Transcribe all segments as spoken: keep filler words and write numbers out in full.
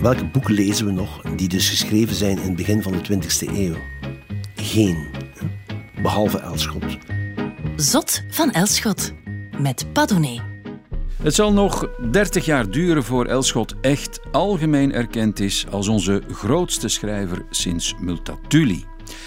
Welke boeken lezen we nog die dus geschreven zijn in het begin van de twintigste eeuw? Geen. Behalve Elschot. Zot van Elschot. Met Padone. Het zal nog dertig jaar duren voor Elschot echt algemeen erkend is als onze grootste schrijver sinds Multatuli.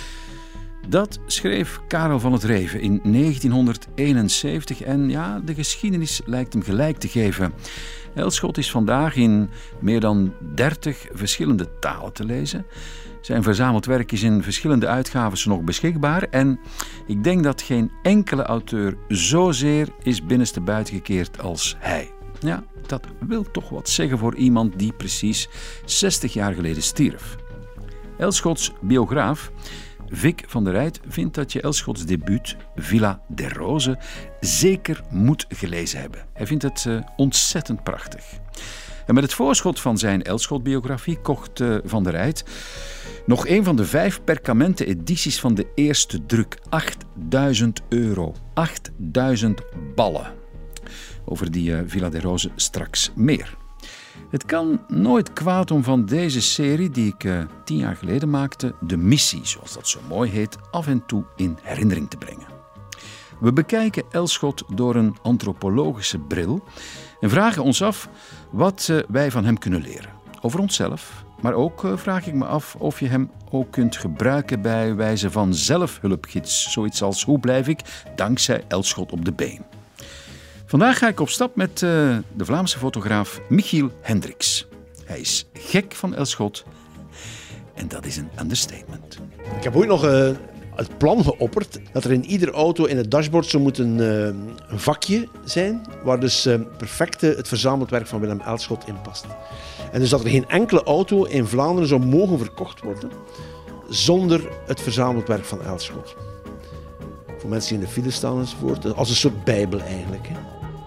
Dat schreef Karel van het Reven in negentienhonderdeenenzeventig en ja, de geschiedenis lijkt hem gelijk te geven. Elschot is vandaag in meer dan dertig verschillende talen te lezen. Zijn verzameld werk is in verschillende uitgaves nog beschikbaar en ik denk dat geen enkele auteur zozeer is binnenstebuiten gekeerd als hij. Ja, dat wil toch wat zeggen voor iemand die precies zestig jaar geleden stierf. Elschots biograaf Vic van der Rijt vindt dat je Elschots debuut Villa der Rose zeker moet gelezen hebben. Hij vindt het uh, ontzettend prachtig. En met het voorschot van zijn Elschot-biografie kocht uh, Van der Rijt nog een van de vijf perkamenten edities van de eerste druk. achtduizend euro. achtduizend ballen. Over die uh, Villa der Rose straks meer. Het kan nooit kwaad om van deze serie, die ik uh, tien jaar geleden maakte, de missie, zoals dat zo mooi heet, af en toe in herinnering te brengen. We bekijken Elschot door een antropologische bril en vragen ons af wat uh, wij van hem kunnen leren. Over onszelf, maar ook uh, vraag ik me af of je hem ook kunt gebruiken bij wijze van zelfhulpgids. Zoiets als hoe blijf ik dankzij Elschot op de been. Vandaag ga ik op stap met uh, de Vlaamse fotograaf Michiel Hendriks. Hij is gek van Elschot en dat is een understatement. Ik heb ooit nog uh, het plan geopperd dat er in iedere auto in het dashboard zou moeten uh, een vakje zijn waar dus uh, perfect het verzameld werk van Willem Elschot in past. En dus dat er geen enkele auto in Vlaanderen zou mogen verkocht worden zonder het verzameld werk van Elschot. Voor mensen die in de file staan enzovoort, als een soort bijbel eigenlijk. Hè.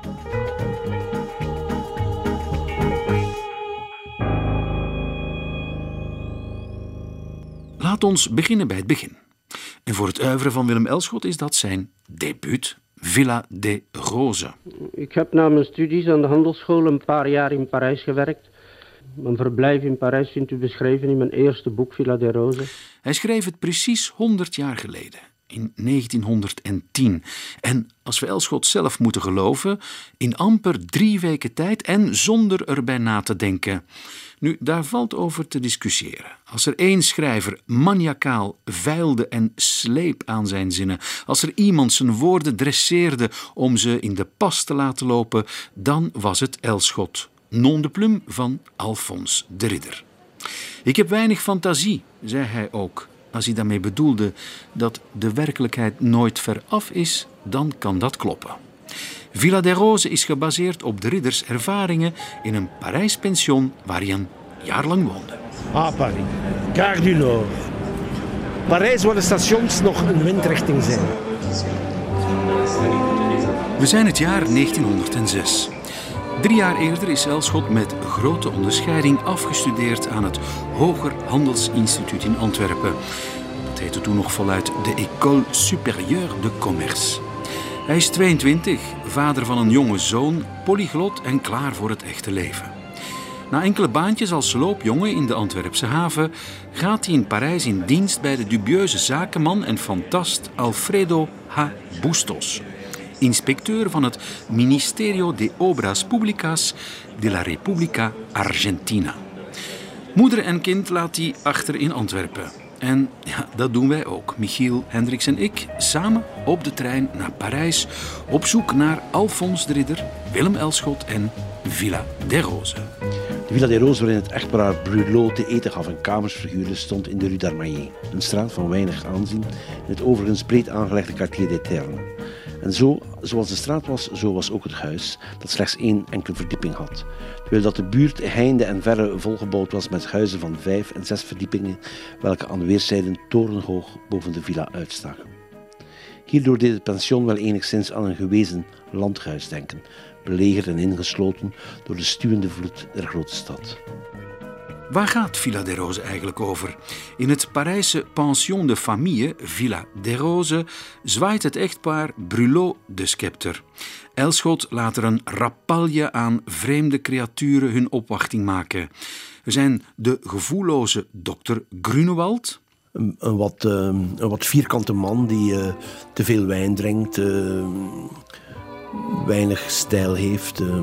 Laat ons beginnen bij het begin. En voor het oeuvre van Willem Elschot is dat zijn debuut, Villa des Roses. Ik heb na mijn studies aan de handelsschool een paar jaar in Parijs gewerkt. Mijn verblijf in Parijs vindt u beschreven in mijn eerste boek, Villa des Roses. Hij schreef het precies honderd jaar geleden, in negentienhonderdtien. En als we Elschot zelf moeten geloven, in amper drie weken tijd en zonder erbij na te denken. Nu, daar valt over te discussiëren. Als er één schrijver maniacaal veilde en sleep aan zijn zinnen, als er iemand zijn woorden dresseerde om ze in de pas te laten lopen, dan was het Elschot. Non de plume van Alfons de Ridder. Ik heb weinig fantasie, zei hij ook. Als hij daarmee bedoelde dat de werkelijkheid nooit ver af is, dan kan dat kloppen. Villa des Roses is gebaseerd op de ridders ervaringen in een Parijs pension waar hij een jaar lang woonde. Ah, Paris. Gare du Nord. Parijs waar de stations nog een windrichting zijn. We zijn het jaar negentienhonderdzes. Drie jaar eerder is Elschot met grote onderscheiding afgestudeerd aan het Hoger Handelsinstituut in Antwerpen. Dat heette toen nog voluit de École Supérieure de Commerce. Hij is tweeëntwintig, vader van een jonge zoon, polyglot en klaar voor het echte leven. Na enkele baantjes als sloopjongen in de Antwerpse haven gaat hij in Parijs in dienst bij de dubieuze zakenman en fantast Alfredo H. Bustos, inspecteur van het Ministerio de Obras Públicas de la República Argentina. Moeder en kind laat hij achter in Antwerpen. En ja, dat doen wij ook, Michiel Hendriks en ik, samen op de trein naar Parijs, op zoek naar Alfons de Ridder, Willem Elschot en Villa des Roses. De Villa des Roses, waarin het echtpaar Brulot te eten gaf en kamers verhuurde, stond in de Rue d'Armaillet, een straat van weinig aanzien in het overigens breed aangelegde Quartier des Ternes. En zo, zoals de straat was, zo was ook het huis, dat slechts één enkele verdieping had. Terwijl dat de buurt heinde en verre volgebouwd was met huizen van vijf en zes verdiepingen, welke aan weerszijden torenhoog boven de villa uitstaken. Hierdoor deed het pension wel enigszins aan een gewezen landhuis denken, belegerd en ingesloten door de stuwende vloed der grote stad. Waar gaat Villa des Roses eigenlijk over? In het Parijse pension de famille, Villa des Roses, zwaait het echtpaar Brulot de scepter. Elschot laat er een rapalje aan vreemde creaturen hun opwachting maken. We zijn de gevoelloze dokter Grunewald. Een, een, wat, uh, een wat vierkante man die uh, te veel wijn drinkt, uh, weinig stijl heeft. Uh,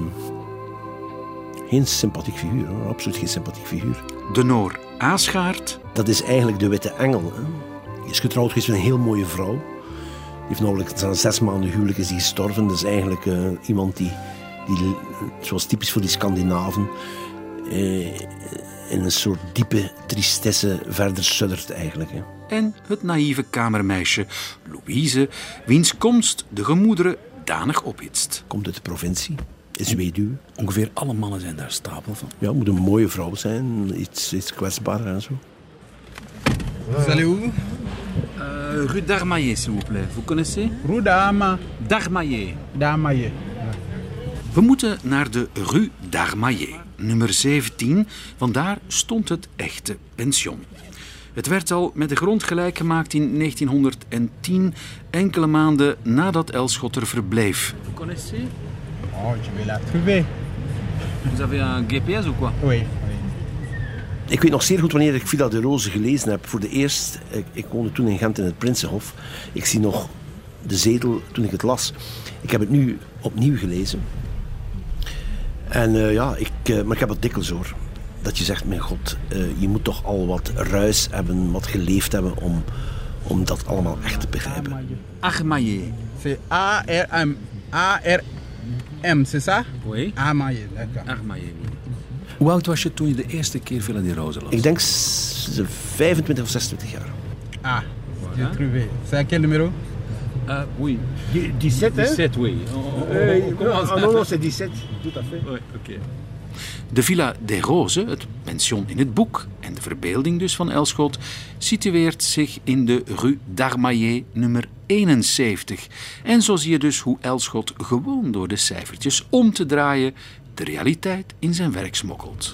geen sympathiek figuur, hoor. Absoluut geen sympathiek figuur. De Noor Aasgaard. Dat is eigenlijk de witte engel. Hè. Die is getrouwd geweest met een heel mooie vrouw. Die heeft namelijk na zes maanden huwelijk is die gestorven. Dat is eigenlijk uh, iemand die, die, zoals typisch voor die Scandinaven, uh, in een soort diepe tristesse verder suddert eigenlijk. Hè. En het naïeve kamermeisje Louise, wiens komst de gemoederen danig ophitst. Komt uit de provincie, is weduwe. Ongeveer alle mannen zijn daar stapel van. Ja, moet een mooie vrouw zijn, iets, iets kwetsbaar en zo. Vous allez où? Uh, rue d'Armaillet, s'il vous plaît. Vous connaissez? Rue d'Ama. D'Armaillet. D'Amaillet. We moeten naar de Rue d'Armaillet, nummer zeventien. Vandaar stond het echte pension. Het werd al met de grond gelijk gemaakt in negentienhonderdtien, enkele maanden nadat Elschot er verbleef. Vous connaissez? Oh, je vais la trouver. Vous avez un G P S ou quoi? Oui. Ik weet nog zeer goed wanneer ik Villa de Rose gelezen heb. Voor de eerst, ik, ik woonde toen in Gent in het Prinsenhof. Ik zie nog de zetel toen ik het las. Ik heb het nu opnieuw gelezen. En uh, ja, ik, uh, maar ik heb het dikwijls hoor. Dat je zegt, mijn god, uh, je moet toch al wat ruis hebben, wat geleefd hebben om, om dat allemaal echt te begrijpen. Armaillet. C'est A R M. A R M, c'est ça? Oui. Amaillet, d'accord. Armaillet. Hoe oud was je toen je de eerste keer Villa de Rose las? Ik denk s- vijfentwintig of zesentwintig jaar. Ah, j'ai trouvé. C'est à quel numéro? Uh, oui. dix-sept, hè? dix-sept, oui. Ah non, non, c'est dix-sept, tout à fait. Oui, oké. De Villa de Rose, het pension in het boek en de verbeelding dus van Elschot, situeert zich in de Rue d'Armaillet nummer eenenzeventig. En zo zie je dus hoe Elschot gewoon door de cijfertjes om te draaien de realiteit in zijn werk smokkelt.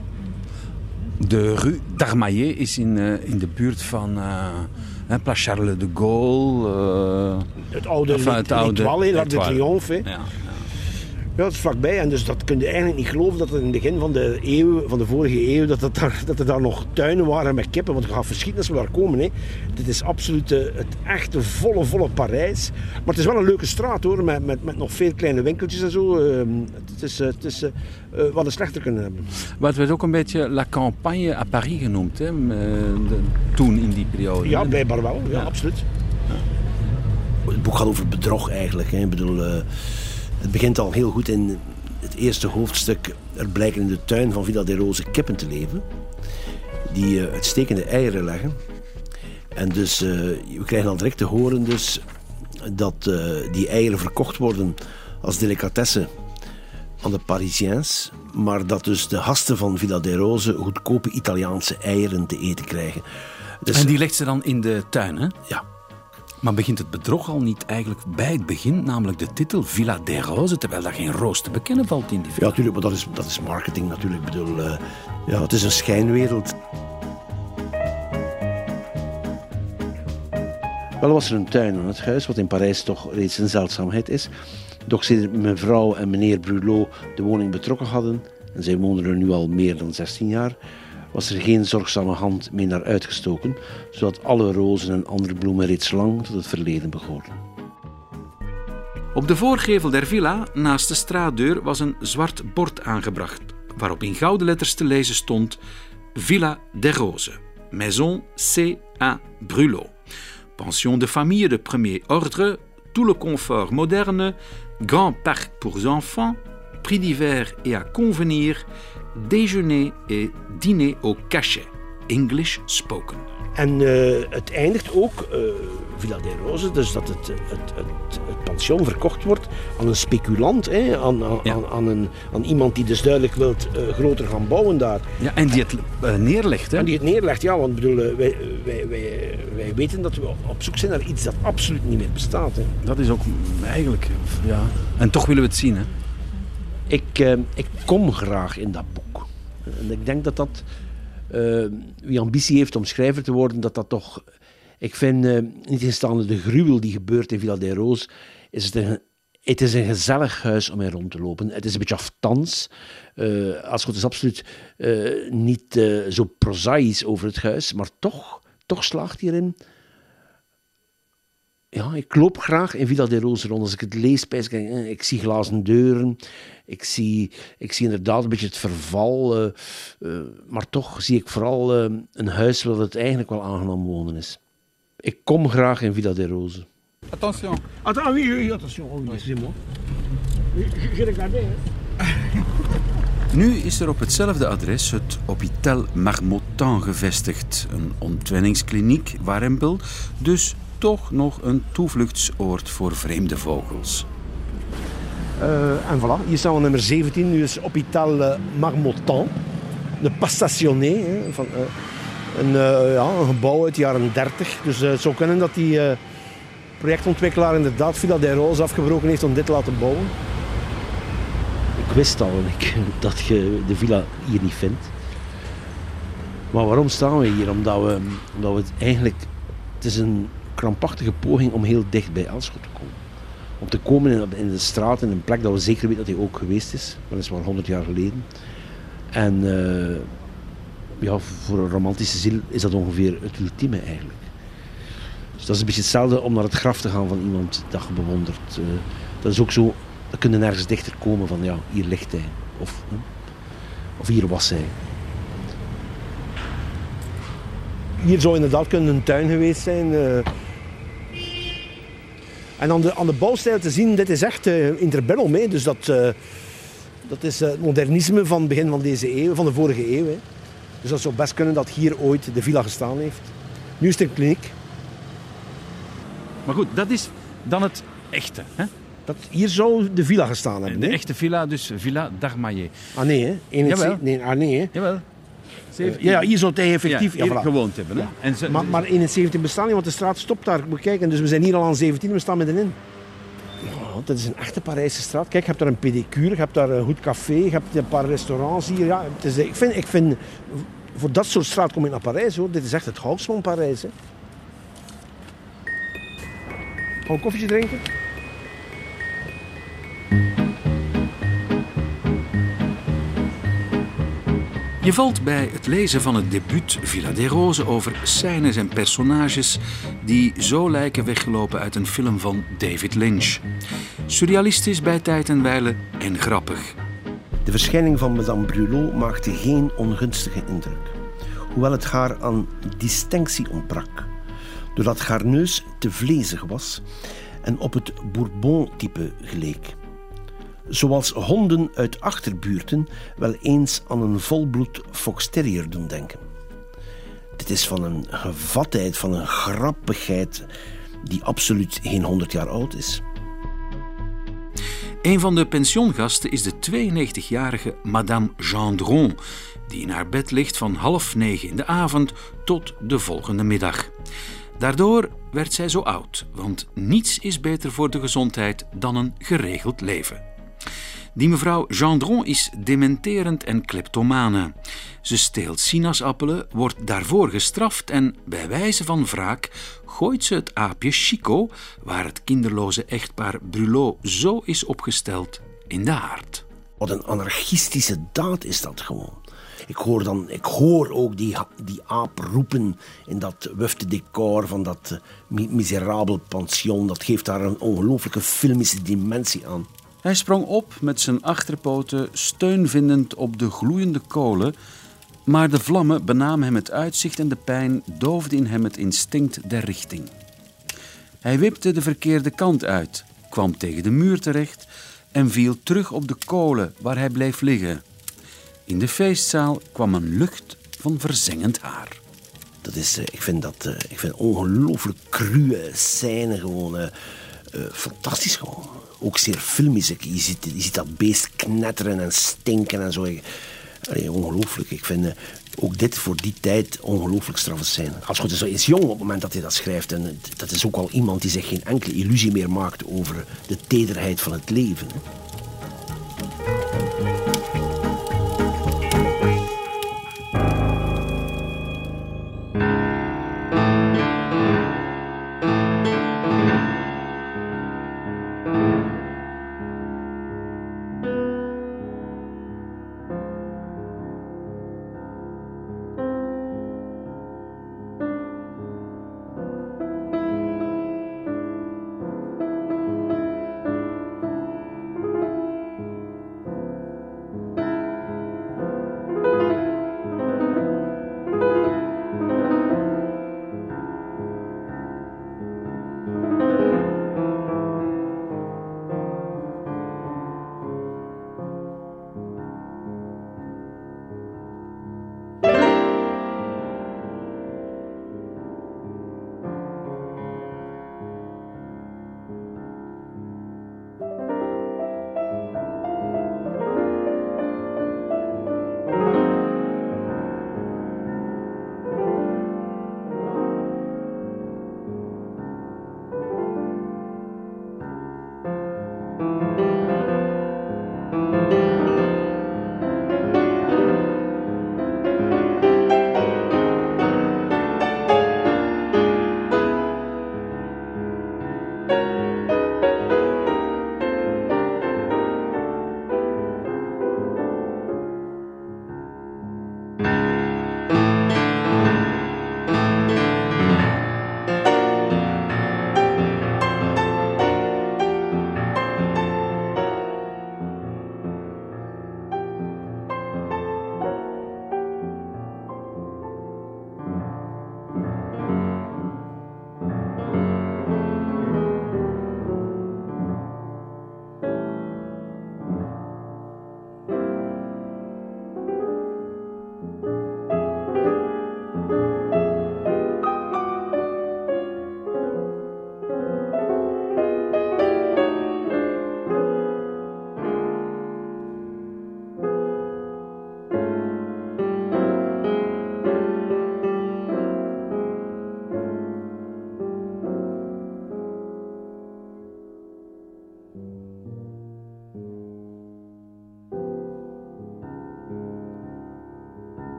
De Rue d'Armaillet is in, uh, in de buurt van uh, hè, Place Charles de Gaulle. Uh, Het oude enfin, het oude L'Étoile, L'Arc de Étoile. Triomphe. Hè. Ja. Ja, dat is vlakbij. En dus dat kun je eigenlijk niet geloven dat het in het begin van de eeuw, van de vorige eeuw, dat, het daar, dat er daar nog tuinen waren met kippen. Want je gaat verschieten als we daar komen. Hè. Dit is absoluut uh, het echte volle, volle Parijs. Maar het is wel een leuke straat hoor, met, met, met nog veel kleine winkeltjes en zo. Uh, het is, uh, het is uh, uh, wat een slechter kunnen hebben. Maar het werd ook een beetje La Campagne à Paris genoemd, hè? Uh, de, toen in die periode. Ja, blijkbaar wel. Ja, Ja. absoluut. Het boek gaat over bedrog eigenlijk. Hè. Ik bedoel, uh, het begint al heel goed in het eerste hoofdstuk. Er blijken in de tuin van Villa de Rose kippen te leven. Die uh, uitstekende eieren leggen. En dus, uh, we krijgen al direct te horen dus dat uh, die eieren verkocht worden als delicatesse aan de Parisiens. Maar dat dus de gasten van Villa de Rose goedkope Italiaanse eieren te eten krijgen. Dus, En die legt ze dan in de tuin, hè? ja. Maar begint het bedrog al niet eigenlijk bij het begin, namelijk de titel Villa de Rose, terwijl daar geen roos te bekennen valt in die Ja, villa? natuurlijk, maar dat is, dat is marketing natuurlijk. Ik bedoel, uh, ja, het is een schijnwereld. Wel was er een tuin aan het huis, wat in Parijs toch reeds een zeldzaamheid is. Doch sinds mevrouw en meneer Brulot de woning betrokken hadden, en zij woonden er nu al meer dan zestien jaar, was er geen zorgzame hand mee naar uitgestoken, zodat alle rozen en andere bloemen reeds lang tot het verleden behoorden. Op de voorgevel der villa, naast de straatdeur, was een zwart bord aangebracht, waarop in gouden letters te lezen stond Villa de Rose, Maison C A Brulot. Pension de famille de premier ordre, tout le confort moderne, grand parc pour enfants, prix d'hiver et à convenir, déjeuner et dîner au cachet, English spoken. En uh, het eindigt ook, uh, Villa de Rose, dus dat het, het, het, het pension verkocht wordt aan een speculant, hè, aan, aan, Ja. aan, aan, een, aan iemand die dus duidelijk wil uh, groter gaan bouwen daar. Ja, en die het uh, neerlegt, hè? En die het neerlegt, ja, want bedoel, uh, wij, wij, wij, wij weten dat we op zoek zijn naar iets dat absoluut niet meer bestaat. Hè. Dat is ook eigenlijk, ja. En toch willen we het zien, hè? Ik, uh, ik kom graag in dat boek. En ik denk dat dat, uh, wie ambitie heeft om schrijver te worden, dat dat toch... Ik vind, uh, niet instaande de gruwel die gebeurt in Villa de Rose, is het een Het is een gezellig huis om in rond te lopen. Het is een beetje aftans. Uh, Elschot is absoluut uh, niet uh, zo prozaïs over het huis, maar toch, toch slaagt hierin. Ja, ik loop graag in Villa des Roses rond. Als ik het lees, ik, ik zie glazen deuren. Ik zie, ik zie inderdaad een beetje het verval. Uh, uh, maar toch zie ik vooral uh, een huis waar het eigenlijk wel aangenaam wonen is. Ik kom graag in Villa des Roses. Attention. Attends, oui, oui, attention. Oh, excusez-moi. Je regardais, hè. Nu is er op hetzelfde adres het Hôpital Marmottan gevestigd. Een ontwenningskliniek, warempel, dus toch nog een toevluchtsoord voor vreemde vogels. Uh, en voilà, hier staan we nummer zeventien, nu is Hôpital Marmottan. De pas stationné, hè, van, uh, een, uh, ja, een gebouw uit de jaren dertig. Dus uh, het zou kunnen dat die uh, projectontwikkelaar inderdaad Villa des Roses afgebroken heeft om dit te laten bouwen. Ik wist al ik, dat je de villa hier niet vindt. Maar waarom staan we hier? Omdat we, omdat we het eigenlijk... Het is een krampachtige poging om heel dicht bij Elschot te komen. Om te komen in, in de straat, in een plek dat we zeker weten dat hij ook geweest is. Weliswaar honderd jaar geleden. En uh, ja, voor een romantische ziel is dat ongeveer het ultieme eigenlijk. Dus dat is een beetje hetzelfde om naar het graf te gaan van iemand dat je bewondert. Uh, dat is ook zo... Dan kun je nergens dichter komen van, ja, hier ligt hij. Of, of hier was hij. Hier zou inderdaad kunnen een tuin geweest zijn. Uh... En aan de, aan de bouwstijl te zien, dit is echt uh, interbellum. Hè. Dus dat, uh, dat is uh, het modernisme van het begin van deze eeuw, van de vorige eeuw. Hè. Dus dat zou best kunnen dat hier ooit de villa gestaan heeft. Nu is het een kliniek. Maar goed, dat is dan het echte, hè? Dat, hier zou de villa gestaan hebben. De nee? echte villa, dus Villa d'Armaillet. Ah nee, hè? Jawel. Nee, ah, nee, hè? Jawel. Uh, ja, hier zou hij effectief ja, hier ja, voilà. gewoond hebben. Hè? Ja. En ze, maar, maar eenenzeventig bestaan niet, want de straat stopt daar. Moet kijken, dus we zijn hier al aan zeventien, we staan middenin. Ja, dat is een echte Parijse straat. Kijk, je hebt daar een pedicure, je hebt daar een goed café, je hebt een paar restaurants hier. Ja, het is, ik, vind, ik vind, voor dat soort straat kom ik naar Parijs, hoor. Dit is echt het huis van Parijs. Hè. Gaan we een koffietje drinken? Je valt bij het lezen van het debuut Villa des Roses over scènes en personages die zo lijken weggelopen uit een film van David Lynch. Surrealistisch bij tijd en wijle en grappig. De verschijning van Madame Brulot maakte geen ongunstige indruk. Hoewel het haar aan distinctie ontbrak. Doordat haar neus te vlezig was en op het Bourbon-type geleek. Zoals honden uit achterbuurten wel eens aan een volbloed foxterrier doen denken. Dit is van een gevatheid, van een grappigheid die absoluut geen honderd jaar oud is. Een van de pensiongasten is de tweeënnegentigjarige Madame Gendron, die in haar bed ligt van half negen in de avond tot de volgende middag. Daardoor werd zij zo oud, want niets is beter voor de gezondheid dan een geregeld leven. Die mevrouw Gendron is dementerend en kleptomane. Ze steelt sinaasappelen, wordt daarvoor gestraft en bij wijze van wraak gooit ze het aapje Chico, waar het kinderloze echtpaar Brulot zo is opgesteld, in de haard. Wat een anarchistische daad is dat gewoon. Ik hoor, dan, ik hoor ook die, die aap roepen in dat wufte decor van dat uh, miserabel pension. Dat geeft daar een ongelooflijke filmische dimensie aan. Hij sprong op met zijn achterpoten, steun vindend op de gloeiende kolen, maar de vlammen benamen hem het uitzicht en de pijn doofde in hem het instinct der richting. Hij wipte de verkeerde kant uit, kwam tegen de muur terecht en viel terug op de kolen waar hij bleef liggen. In de feestzaal kwam een lucht van verzengend haar. Dat is, uh, ik vind dat uh, ik vind ongelooflijk cruwe scène gewoon. Uh, uh, fantastisch gewoon. Ook zeer filmisch. Je ziet, je ziet dat beest knetteren en stinken en zo. Allee, ongelooflijk. Ik vind uh, ook dit voor die tijd ongelooflijk straffe scène. Elschot is, is jong op het moment dat hij dat schrijft. En dat is ook al iemand die zich geen enkele illusie meer maakt over de tederheid van het leven. Hè.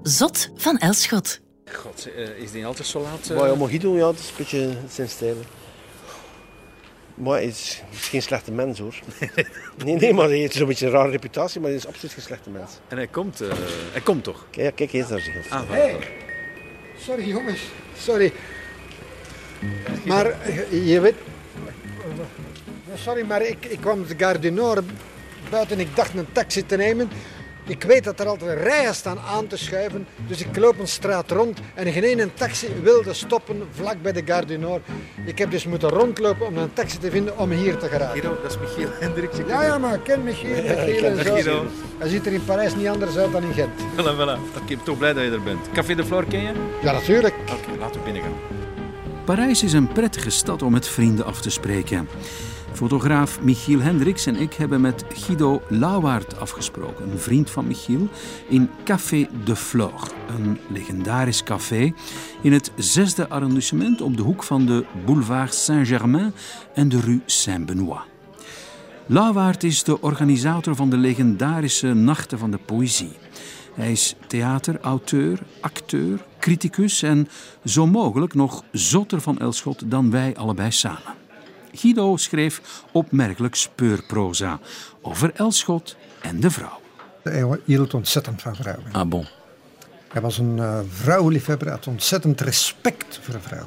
Zot van Elschot. God, uh, is die altijd zo laat? Uh... Maar ja, Mojito, ja, dat is een beetje zijn stijl. Maar hij is, is geen slechte mens, hoor. nee, nee, maar hij heeft zo'n beetje een rare reputatie, maar hij is absoluut geen slechte mens. En hij komt, uh, hij komt toch? Kijk, kijk eens naar zich. Ah, hey. Sorry jongens, sorry. Maar je weet... Sorry, maar ik, ik kwam de Gare du Nord buiten en ik dacht een taxi te nemen. Ik weet dat er altijd rijen staan aan te schuiven, dus ik loop een straat rond en geen ene taxi wilde stoppen vlak bij de Gare du Nord. Ik heb dus moeten rondlopen om een taxi te vinden om hier te geraken. Guido, dat is Michiel Hendricks. Ja, ja, maar ik ken Michiel, Michiel ja, en zo. Guido. Hij ziet er in Parijs niet anders uit dan in Gent. Voilà, voilà. Ik ben toch blij dat je er bent. Café de Flore ken je? Ja, natuurlijk. Oké, okay, laten we binnen gaan. Parijs is een prettige stad om met vrienden af te spreken. Fotograaf Michiel Hendricks en ik hebben met Guido Lauwaert afgesproken, een vriend van Michiel, in Café de Flore, een legendarisch café in het zesde arrondissement op de hoek van de boulevard Saint-Germain en de rue Saint-Benoît. Lauwaert is de organisator van de legendarische Nachten van de Poëzie. Hij is theater, auteur, acteur, criticus en zo mogelijk nog zotter van Elschot dan wij allebei samen. Guido schreef opmerkelijk speurproza over Elschot en de vrouw. Hij hield ontzettend van vrouwen. Ah bon. Hij was een uh, vrouwenliefhebber, had ontzettend respect voor vrouwen.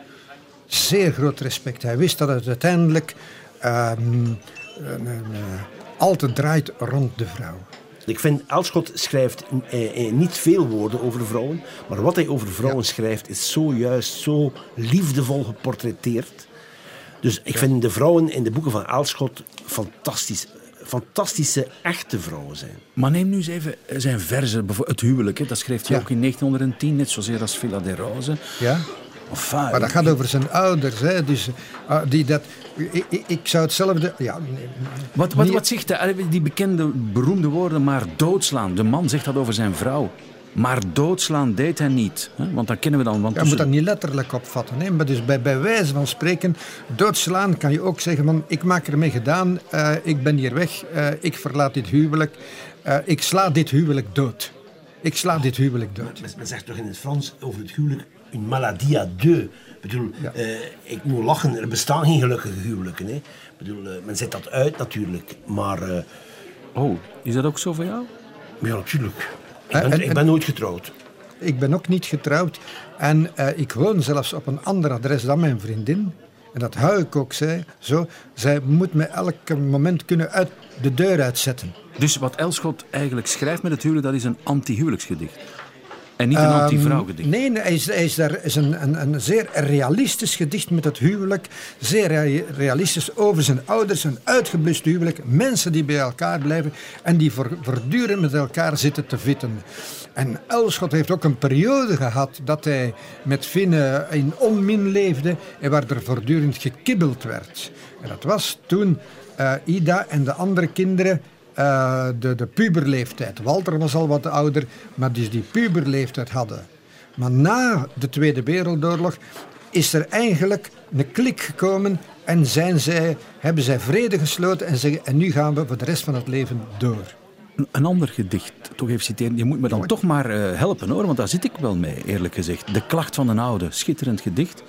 Zeer groot respect. Hij wist dat het uiteindelijk uh, uh, uh, altijd draait rond de vrouw. Ik vind, Elschot schrijft eh, eh, niet veel woorden over vrouwen, maar wat hij over vrouwen ja. schrijft is zo juist, zo liefdevol geportretteerd. Dus ik vind de vrouwen in de boeken van Elschot fantastisch. Fantastische, echte vrouwen zijn. Maar neem nu eens even zijn verzen. Het huwelijk, hè, dat schreef hij ja. ook in negentienhonderdtien, net zozeer als Villa des Roses. Ja. Enfin, maar dat gaat over zijn ouders. Hè. Dus, uh, die dat, ik, ik, ik zou hetzelfde... Ja, wat, wat, wat zegt hij? Die bekende, beroemde woorden, maar doodslaan. De man zegt dat over zijn vrouw. Maar doodslaan deed hij niet. Hè? Want dat kennen we dan. Want je tussen... moet dat niet letterlijk opvatten. Hè? Maar dus bij, bij wijze van spreken, doodslaan kan je ook zeggen van ik maak ermee gedaan, uh, ik ben hier weg, uh, ik verlaat dit huwelijk, uh, ik sla dit huwelijk dood. Ik sla dit huwelijk dood. Men, men zegt toch in het Frans over het huwelijk une maladie à deux. Ik bedoel, ja. uh, ik moet lachen, er bestaan geen gelukkige huwelijken. Hè? Ik bedoel, uh, men zet dat uit natuurlijk, maar... Uh... Oh, is dat ook zo voor jou? Ja, natuurlijk. Ik ben, en, ik ben nooit getrouwd. Ik ben ook niet getrouwd. En uh, ik woon zelfs op een ander adres dan mijn vriendin. En dat hou ik ook zij, zo. Zij moet me elk moment kunnen uit de deur uitzetten. Dus wat Elschot eigenlijk schrijft met het huwelijk, dat is een anti-huwelijksgedicht? En niet een um, anti-vrouwgedicht? Nee, hij is, hij is daar is een, een, een zeer realistisch gedicht met het huwelijk. Zeer realistisch over zijn ouders, een uitgeblust huwelijk. Mensen die bij elkaar blijven en die voortdurend met elkaar zitten te vitten. En Elschot heeft ook een periode gehad dat hij met Fine in onmin leefde en waar er voortdurend gekibbeld werd. En dat was toen uh, Ida en de andere kinderen... Uh, de, de puberleeftijd. Walter was al wat ouder, maar dus die puberleeftijd hadden. Maar na de Tweede Wereldoorlog is er eigenlijk een klik gekomen en zijn zij, hebben zij vrede gesloten en zeggen en nu gaan we voor de rest van het leven door. Een, een ander gedicht, toch even citeren. Je moet me dan ja, toch maar uh, helpen hoor, want daar zit ik wel mee, eerlijk gezegd. De klacht van een oude, schitterend gedicht.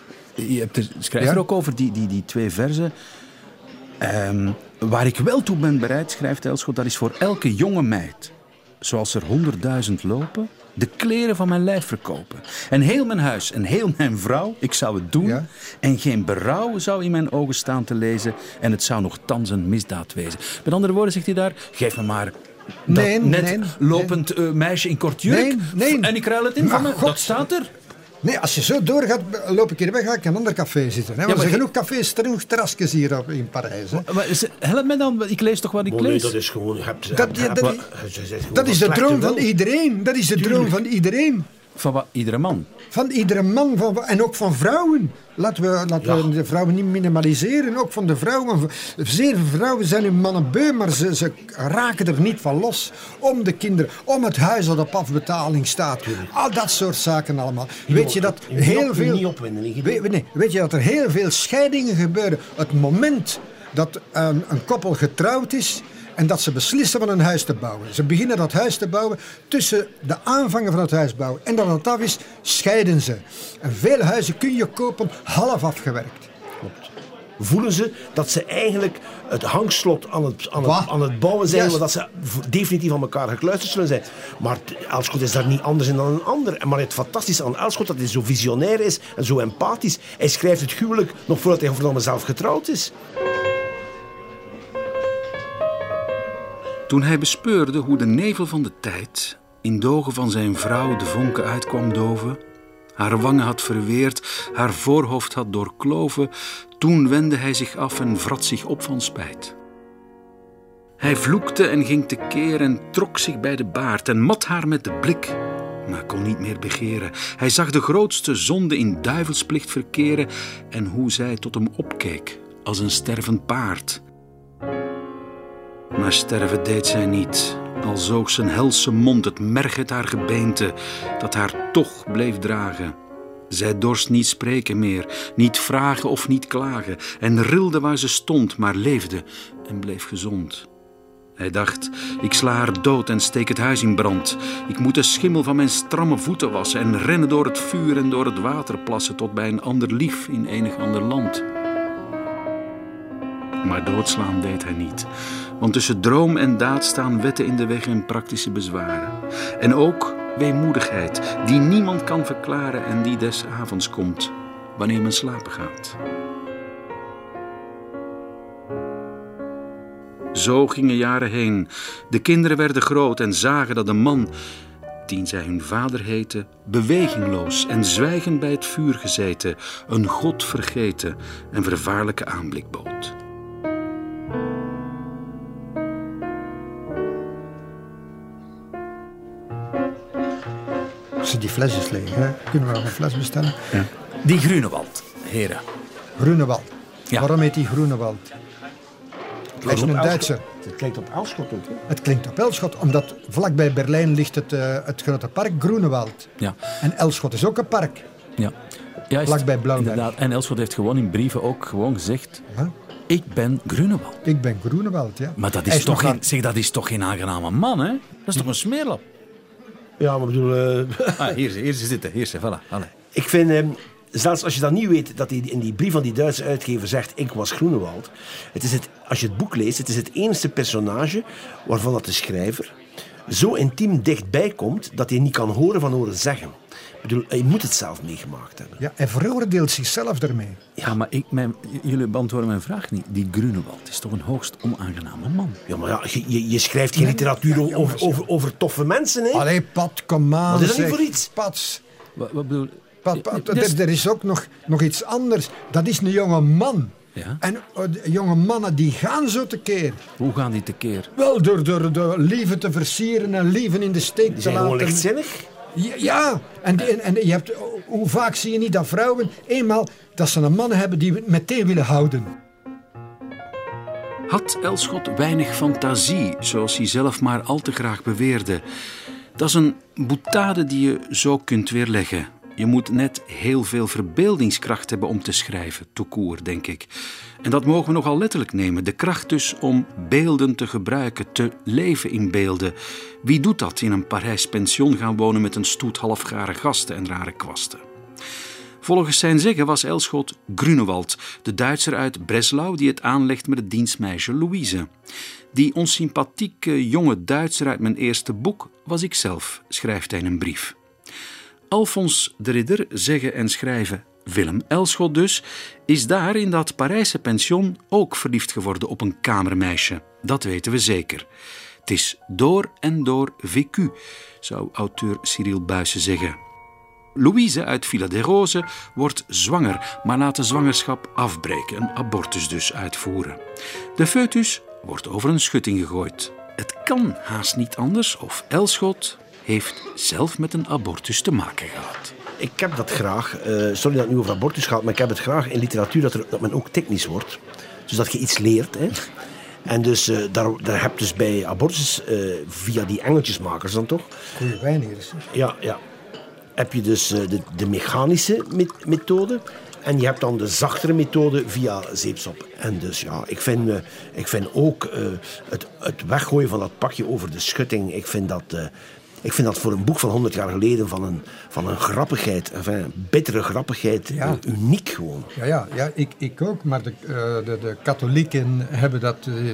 Je hebt er, schrijf er ja. ook over die, die, die twee verzen. Um, waar ik wel toe ben bereid, schrijft Elschot, dat is voor elke jonge meid, zoals er honderdduizend lopen, de kleren van mijn lijf verkopen. En heel mijn huis en heel mijn vrouw, ik zou het doen. Ja? En geen berouw zou in mijn ogen staan te lezen. En het zou nog thans een misdaad wezen. Met andere woorden zegt hij daar, geef me maar dat nee, net nee, lopend nee. Uh, meisje in kort jurk. Nee, nee. En ik ruil het in maar van me, God. Dat staat er. Nee, als je zo doorgaat, loop ik hier weg, ga ik in een ander café zitten. Hè? Ja, er zijn genoeg cafés, genoeg terrasjes hier op, in Parijs. Hè? Maar, help me dan, ik lees toch wat ik oh, lees? Nee, dat is gewoon... Hebt, dat, ja, dat, dat, dat is de droom van iedereen. Dat is de Tuurlijk. droom van iedereen. Van wat? Iedere man? Van iedere man. Van, en ook van vrouwen. Laten we, laten ja. we de vrouwen niet minimaliseren. Ook van de vrouwen. Zeer veel vrouwen zijn hun mannen beu, maar ze, ze raken er niet van los. Om de kinderen, om het huis dat op afbetaling staat. Tuurlijk. Al dat soort zaken allemaal. Weet je dat heel veel... Weet, nee, weet je dat er heel veel scheidingen gebeuren. Het moment dat een, een koppel getrouwd is... en dat ze beslissen van een huis te bouwen. Ze beginnen dat huis te bouwen. Tussen de aanvangen van het huisbouwen en dat het af is, scheiden ze. En veel huizen kun je kopen half afgewerkt. Klopt. Voelen ze dat ze eigenlijk het hangslot aan het, aan het, aan het bouwen zijn, Yes. want dat ze definitief aan elkaar gekluisterd zullen zijn. Maar Elschot is daar niet anders in dan een ander. Maar het fantastische aan Elschot, dat hij zo visionair is en zo empathisch. Hij schrijft het huwelijk nog voordat hij verdomme zelf getrouwd is. Toen hij bespeurde hoe de nevel van de tijd in de ogen van zijn vrouw de vonken uit kwam doven, haar wangen had verweerd, haar voorhoofd had doorkloven, toen wendde hij zich af en vrat zich op van spijt. Hij vloekte en ging tekeer en trok zich bij de baard en mat haar met de blik, maar kon niet meer begeren. Hij zag de grootste zonde in duivelsplicht verkeren en hoe zij tot hem opkeek als een stervend paard. Maar sterven deed zij niet, al zoog zijn helse mond het merg uit haar gebeente, dat haar toch bleef dragen. Zij dorst niet spreken meer, niet vragen of niet klagen, en rilde waar ze stond, maar leefde en bleef gezond. Hij dacht, ik sla haar dood en steek het huis in brand. Ik moet de schimmel van mijn stramme voeten wassen en rennen door het vuur en door het water plassen tot bij een ander lief in enig ander land. Maar doodslaan deed hij niet, want tussen droom en daad staan wetten in de weg en praktische bezwaren. En ook weemoedigheid, die niemand kan verklaren en die des avonds komt, wanneer men slapen gaat. Zo gingen jaren heen. De kinderen werden groot en zagen dat de man, dien zij hun vader heette, bewegingloos en zwijgend bij het vuur gezeten, een god vergeten en vervaarlijke aanblik bood. Als die fles is leeg, hè? Kunnen we nog een fles bestellen? Ja. Die Grunewald, heren. Grunewald. Ja. Waarom heet die Grunewald? Hij is een Duitser. Het klinkt op Elschot ook, hè? Het klinkt op Elschot, omdat vlakbij Berlijn ligt het, uh, het grote park Grunewald. Ja. En Elschot is ook een park. Ja. Juist, Vlakbij Blauwberg. inderdaad. En Elschot heeft gewoon in brieven ook gewoon gezegd, Ja? ik ben Grunewald. Ik ben Grunewald, ja. Maar dat Hij is, toch nog geen, zeg, dat is toch geen aangename man, hè? Dat is toch een smeerlap? Ja, maar ik bedoel... Uh, Ah, hier, hier ze zitten, hier ze, voilà. Allee. ik vind... Uh, Zelfs als je dan niet weet dat hij in die brief van die Duitse uitgever zegt ik was Grunewald. Het is het, als je het boek leest, het is het enige personage waarvan dat de schrijver zo intiem dichtbij komt dat hij niet kan horen van horen zeggen. Ik bedoel, hij moet het zelf meegemaakt hebben. Ja, hij veroordeelt zichzelf ermee. Ja, maar ik, mijn, jullie beantwoorden mijn vraag niet. Die Grunewald is toch een hoogst onaangename man? Ja, maar ja, je, je schrijft geen literatuur ja, over, over, over toffe mensen, hè? Allee, Pat, kom aan. Wat is dat niet zeg. voor iets? Pat, Wat, wat bedoel... Pat, Pat, Dus- er, er is ook nog, nog iets anders. Dat is een jonge man. Ja? En uh, de jonge mannen die gaan zo tekeer. Hoe gaan die tekeer? Wel, door, door, door lieven te versieren en lieven in de steek Die te zijn gewoon laten. lichtzinnig. Ja, ja. En, en, en je hebt, hoe vaak zie je niet dat vrouwen eenmaal dat ze een man hebben die meteen willen houden. Had Elschot weinig fantasie, zoals hij zelf maar al te graag beweerde? Dat is een boutade die je zo kunt weerleggen. Je moet net heel veel verbeeldingskracht hebben om te schrijven, tout court, denk ik. En dat mogen we nogal letterlijk nemen. De kracht dus om beelden te gebruiken, te leven in beelden. Wie doet dat in een Parijs pension gaan wonen met een stoet halfgare gasten en rare kwasten? Volgens zijn zeggen was Elschot Grunewald, de Duitser uit Breslau die het aanlegt met het dienstmeisje Louise. Die onsympathieke jonge Duitser uit mijn eerste boek was ik zelf, schrijft hij in een brief. Alfons de Ridder, zeggen en schrijven Willem Elschot dus, is daar in dat Parijse pension ook verliefd geworden op een kamermeisje. Dat weten we zeker. Het is door en door vécu, zou auteur Cyril Buijsen zeggen. Louise uit Villa des Roses wordt zwanger, maar laat de zwangerschap afbreken, een abortus dus uitvoeren. De foetus wordt over een schutting gegooid. Het kan haast niet anders of Elschot heeft zelf met een abortus te maken gehad. Ik heb dat graag, uh, sorry dat het nu over abortus gaat, maar ik heb het graag in literatuur dat, er, dat men ook technisch wordt. Dus dat je iets leert. Hè. En dus uh, daar, daar heb je dus bij abortus, uh, via die engeltjesmakers dan toch? Goeie wijn hier. Zeg. Ja, ja. Heb je dus uh, de, de mechanische met, methode En je hebt dan de zachtere methode via zeepsop. En dus ja, ik vind, uh, ik vind ook uh, het, het weggooien van dat pakje over de schutting, ik vind dat... Uh, Ik vind dat voor een boek van honderd jaar geleden van een, van een grappigheid, enfin, bittere grappigheid, ja. uh, uniek gewoon. Ja, ja, ja ik, ik ook, maar de, uh, de, de katholieken hebben dat uh,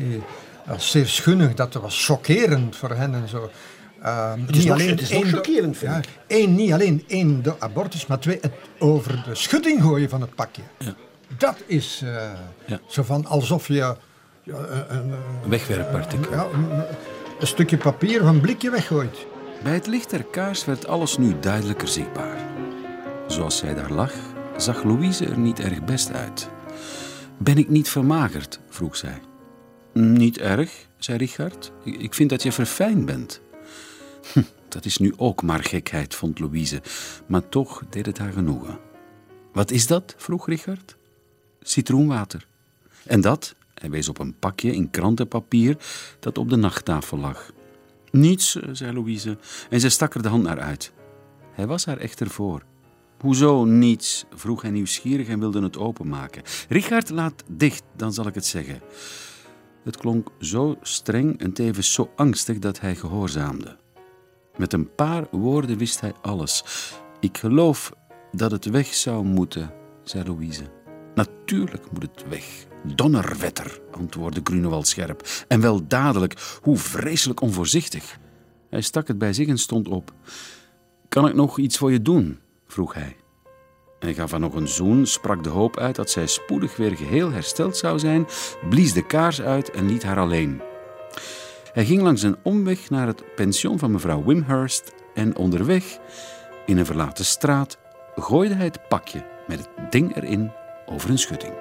als zeer schunnig, dat was chockerend voor hen en zo. Uh, het is nog, het is nog chockerend, do- ja, één, niet alleen één, de abortus, maar twee, het over de schutting gooien van het pakje. Ja. Dat is uh, ja. zo van alsof je... Ja, een, een wegwerppartikel. Ja, een, een stukje papier of een blikje weggooit. Bij het licht der kaars werd alles nu duidelijker zichtbaar. Zoals zij daar lag, zag Louise er niet erg best uit. Ben ik niet vermagerd? Vroeg zij. Niet erg, zei Richard. Ik vind dat je verfijnd bent. Hm, dat is nu ook maar gekheid, vond Louise. Maar toch deed het haar genoegen. Wat is dat? Vroeg Richard. Citroenwater. En dat... Hij wees op een pakje in krantenpapier dat op de nachttafel lag. Niets, zei Louise, en ze stak er de hand naar uit. Hij was haar echter voor. Hoezo niets? Vroeg hij nieuwsgierig en wilde het openmaken. Richard, laat dicht, dan zal ik het zeggen. Het klonk zo streng en tevens zo angstig dat hij gehoorzaamde. Met een paar woorden wist hij alles. Ik geloof dat het weg zou moeten, zei Louise. Natuurlijk moet het weg. Donnerwetter, antwoordde Grunewald scherp. En wel dadelijk, hoe vreselijk onvoorzichtig. Hij stak het bij zich en stond op. Kan ik nog iets voor je doen? Vroeg hij. Hij gaf haar nog een zoen, sprak de hoop uit dat zij spoedig weer geheel hersteld zou zijn, blies de kaars uit en liet haar alleen. Hij ging langs een omweg naar het pension van mevrouw Wimhurst en onderweg, in een verlaten straat, gooide hij het pakje met het ding erin over een schutting.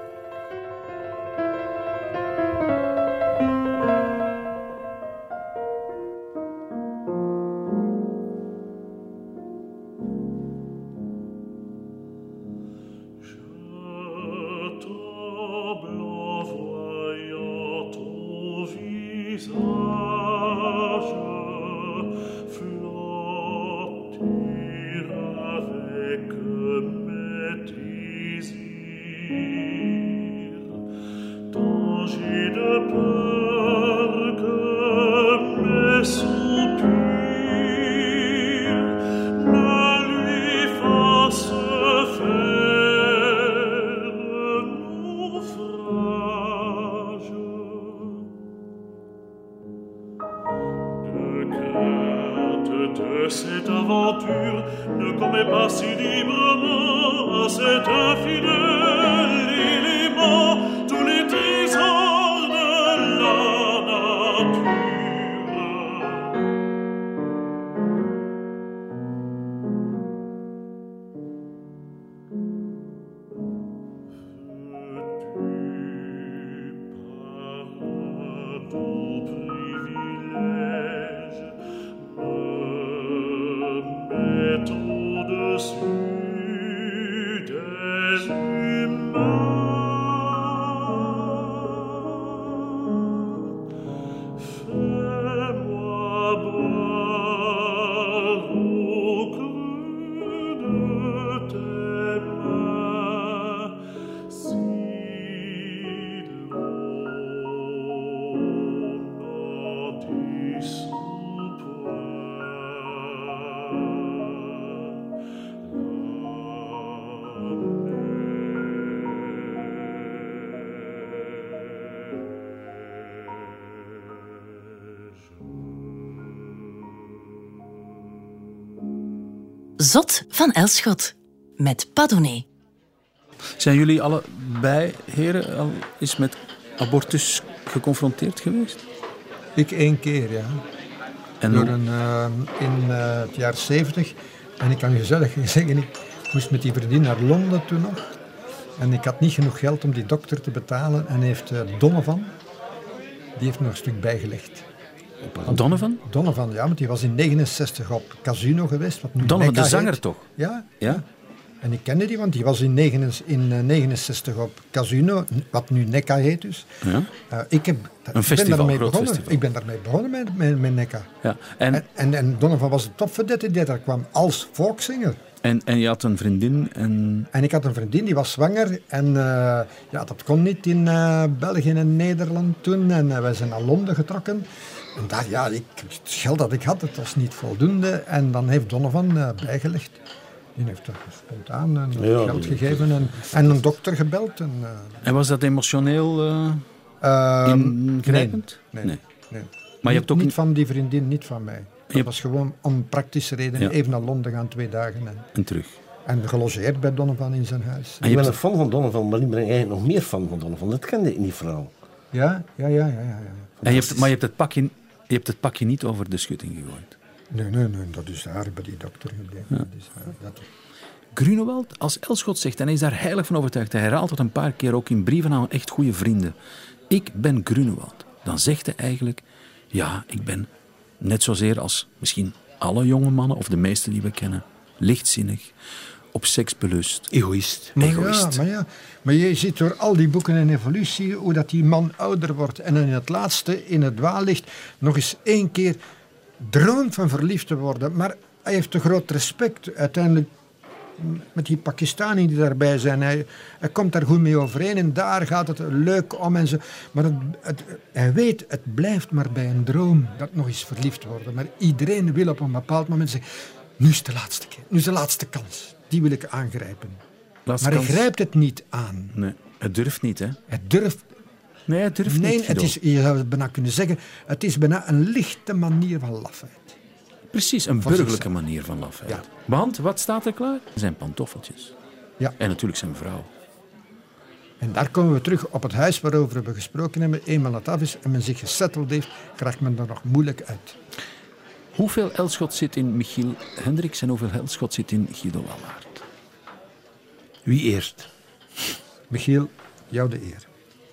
Cette aventure ne commet pas si librement à cet infidèle élément tous les trésors de la nature. Zot van Elschot met Padone. Zijn jullie allebei, heren, al eens met abortus geconfronteerd geweest? Ik één keer, ja. En Door een, uh, in uh, het jaar zeventig. En ik kan gezellig zeggen, ik moest met die vriendin naar Londen toen nog. En ik had niet genoeg geld om die dokter te betalen. En heeft uh, Donovan, die heeft nog een stuk bijgelegd. Donovan? Donovan, ja, want die was in negenenzestig op Casino geweest. Wat nu Donovan, Mecca de zanger heet. toch? Ja, ja. ja. En ik kende die, want die was in negenenzestig op Casino, wat nu Necca heet dus. Ja. Uh, ik heb, een festival, ben groot begonnen. festival. Ik ben daarmee begonnen met, met, met Necca. Ja. En... En, en, en Donovan was de topverdette die daar kwam als volkszanger. En, en je had een vriendin en... En ik had een vriendin, die was zwanger. En uh, ja, dat kon niet in uh, België en Nederland toen. En uh, wij zijn naar Londen getrokken. En daar, ja, ik, het geld dat ik had, het was niet voldoende. En dan heeft Donovan uh, bijgelegd. Die heeft er spontaan een ja, geld gegeven en, en een dokter gebeld. En, uh, en was dat emotioneel uh, uh, ingrijpend? Nee, nee, nee. Maar niet, je hebt ook niet van die vriendin, niet van mij. Dat je... was gewoon om praktische redenen ja. even naar Londen gaan, twee dagen. En, en terug. En gelogeerd bij Donovan in zijn huis. En je bent een fan van Donovan, maar ik ben eigenlijk nog meer fan van Donovan. Dat kende ik niet vooral. Ja, ja, ja. ja, ja, ja. En je hebt, maar je hebt, het pakje, je hebt het pakje niet over de schutting gegooid. Nee, nee, nee, dat is daar bij die dokter gebleven. Ja. Dat is daar, dat... Grunewald, als Elschot zegt, en hij is daar heilig van overtuigd, hij herhaalt het een paar keer ook in brieven aan echt goede vrienden. Ik ben Grunewald. Dan zegt hij eigenlijk, ja, ik ben net zozeer als misschien alle jonge mannen, of de meeste die we kennen, lichtzinnig, op seks belust. Egoïst. Maar Egoïst. Ja, maar, ja, maar je ziet door al die boeken en evolutie hoe dat die man ouder wordt. En in het laatste, in het dwaallicht, nog eens één keer droomt van verliefd te worden. Maar hij heeft te groot respect. Uiteindelijk met die Pakistanen die daarbij zijn. Hij, hij komt daar goed mee overeen en daar gaat het leuk om en zo. Maar het, het, hij weet, het blijft maar bij een droom dat nog eens verliefd worden. Maar iedereen wil op een bepaald moment zeggen, nu is de laatste keer, nu is de laatste kans. Die wil ik aangrijpen. Laatste maar kans. hij grijpt het niet aan. Nee, het durft niet, hè? Het durft. Nee, het durft nee, niet. Het is, je zou het bijna kunnen zeggen, het is bijna een lichte manier van lafheid. Precies, een burgerlijke manier van lafheid. Ja. Want, wat staat er klaar? Zijn pantoffeltjes. Ja. En natuurlijk zijn vrouw. En daar komen we terug op het huis waarover we gesproken hebben. Eenmaal het af is en men zich gesetteld heeft, krijgt men er nog moeilijk uit. Hoeveel Elschot zit in Michiel Hendricks en hoeveel Elschot zit in Guido Wallaert? Wie eerst? Michiel, jou de eer.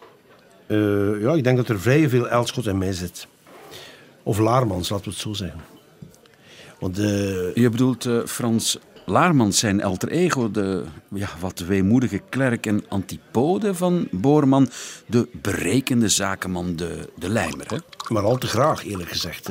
Uh, ja, ik denk dat er vrij veel Elschot in mij zit. Of Laarmans, laten we het zo zeggen. Want, uh... Je bedoelt uh, Frans Laarmans, zijn alter ego, de ja, wat weemoedige klerk en antipode van Boorman, de berekende zakenman, de, de lijmer. Hè? Maar al te graag, eerlijk gezegd. Uh...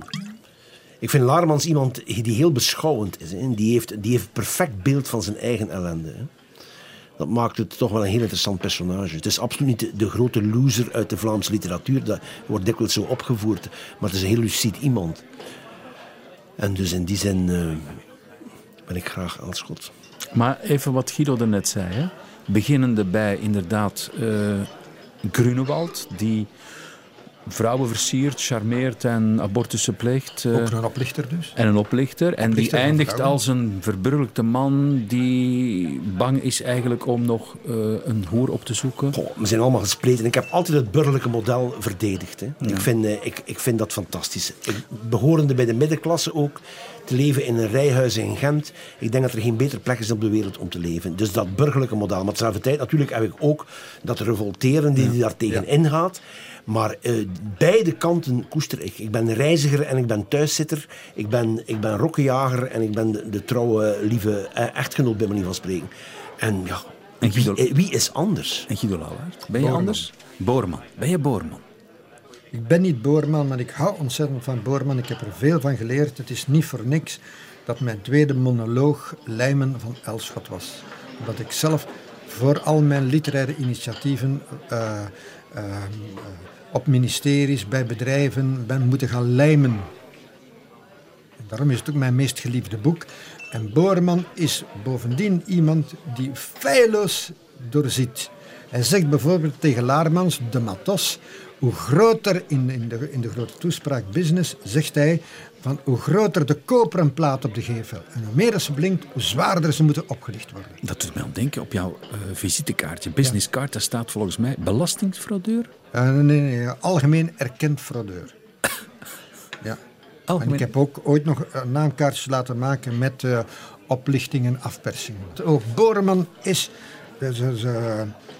Ik vind Laarmans iemand die heel beschouwend is. Hè? Die heeft, die heeft een perfect beeld van zijn eigen ellende. Hè? Dat maakt het toch wel een heel interessant personage. Het is absoluut niet de, de grote loser uit de Vlaamse literatuur. Dat wordt dikwijls zo opgevoerd. Maar het is een heel lucide iemand. En dus in die zin uh, ben ik graag Elschot. Maar even wat Guido daarnet zei. Hè? Beginnende bij inderdaad uh, Grunewald, die vrouwen versiert, charmeert en abortussen pleegt. Uh, Ook een oplichter dus. En een oplichter. En oplichter die eindigt als een verburgelijkte man die bang is eigenlijk om nog uh, een hoer op te zoeken. Goh, we zijn allemaal gespleten. Ik heb altijd het burgerlijke model verdedigd. Hè. Ja. Ik, vind, uh, ik, ik vind dat fantastisch. Ik, behorende bij de middenklasse ook, te leven in een rijhuis in Gent. Ik denk dat er geen betere plek is op de wereld om te leven. Dus dat burgerlijke model. Maar tezelfde tijd natuurlijk heb ik ook dat revolteren die, ja. die daar tegen ja. ingaat. Maar uh, beide kanten koester ik. Ik ben reiziger en ik ben thuiszitter. Ik ben, ik ben rokkenjager en ik ben de, de trouwe, lieve uh, echtgenoot bij manier van spreken. En ja, en wie, uh, wie is anders? En Guido Wallaert, ben je Boorman. anders? Boorman. Ben je Boorman? Ik ben niet Boorman, maar ik hou ontzettend van Boorman. Ik heb er veel van geleerd. Het is niet voor niks dat mijn tweede monoloog Lijmen van Elschot was. Omdat ik zelf voor al mijn literaire initiatieven uh, uh, uh, op ministeries, bij bedrijven ben moeten gaan lijmen. En daarom is het ook mijn meest geliefde boek. En Boorman is bovendien iemand die feilloos doorziet. Hij zegt bijvoorbeeld tegen Laarmans, de matos, hoe groter in, in, de, in de grote toespraak business, zegt hij, van hoe groter de koperen plaat op de gevel. En hoe meer ze blinkt, hoe zwaarder ze moeten opgelicht worden. Dat doet mij aan denken op jouw uh, visitekaartje, businesskaart, daar staat volgens mij belastingsfraudeur. Uh, nee, nee, algemeen erkend fraudeur. Ja. Algemeen. En ik heb ook ooit nog uh, naamkaartjes laten maken met uh, oplichting en afpersing. Ook Boorman is, uh, uh,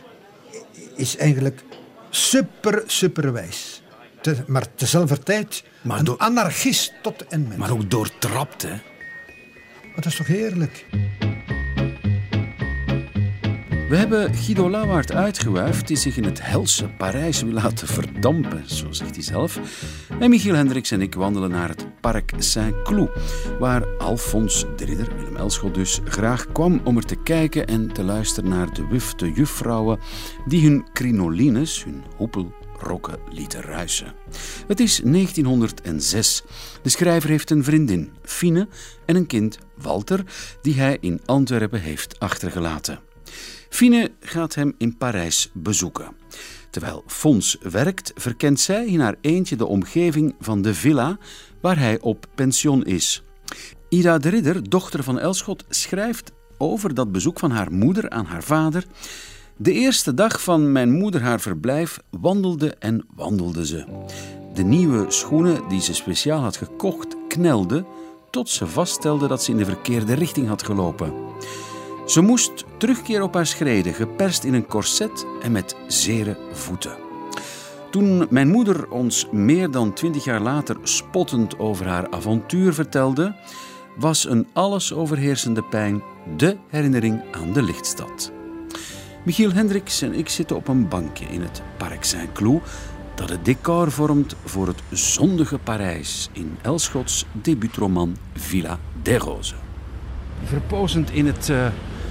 is eigenlijk super, super wijs. Te, maar tezelfde tijd maar een do- anarchist tot en met. Maar ook doortrapt, hè? Maar dat is toch heerlijk? We hebben Guido Lauwaert uitgewuifd die zich in het helse Parijs wil laten verdampen, zo zegt hij zelf. En Michiel Hendricks en ik wandelen naar het Parc Saint-Cloud, waar Alfons de Ridder, Willem Elschot dus, graag kwam om er te kijken en te luisteren naar de wufte juffrouwen die hun crinolines, hun hoepelrokken, lieten ruisen. Het is negentienhonderdzes. De schrijver heeft een vriendin, Fine, en een kind, Walter, die hij in Antwerpen heeft achtergelaten. Fine gaat hem in Parijs bezoeken. Terwijl Fons werkt, verkent zij in haar eentje de omgeving van de villa waar hij op pension is. Ida de Ridder, dochter van Elschot, schrijft over dat bezoek van haar moeder aan haar vader. De eerste dag van mijn moeder haar verblijf wandelde en wandelde ze. De nieuwe schoenen die ze speciaal had gekocht knelden tot ze vaststelde dat ze in de verkeerde richting had gelopen. Ze moest terugkeren op haar schreden, geperst in een corset en met zere voeten. Toen mijn moeder ons meer dan twintig jaar later spottend over haar avontuur vertelde, was een alles overheersende pijn de herinnering aan de lichtstad. Michiel Hendricks en ik zitten op een bankje in het Parc Saint-Cloud, dat het decor vormt voor het zondige Parijs in Elschots debuutroman Villa des Roses. Verpozend in het uh,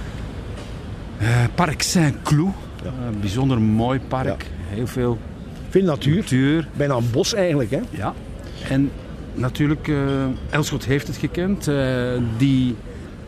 uh, Parc Saint-Cloud. Ja. Een bijzonder mooi park. Ja. Heel veel, veel natuur. natuur. Bijna een bos eigenlijk. Hè? Ja. En natuurlijk, uh, Elschot heeft het gekend. Uh, die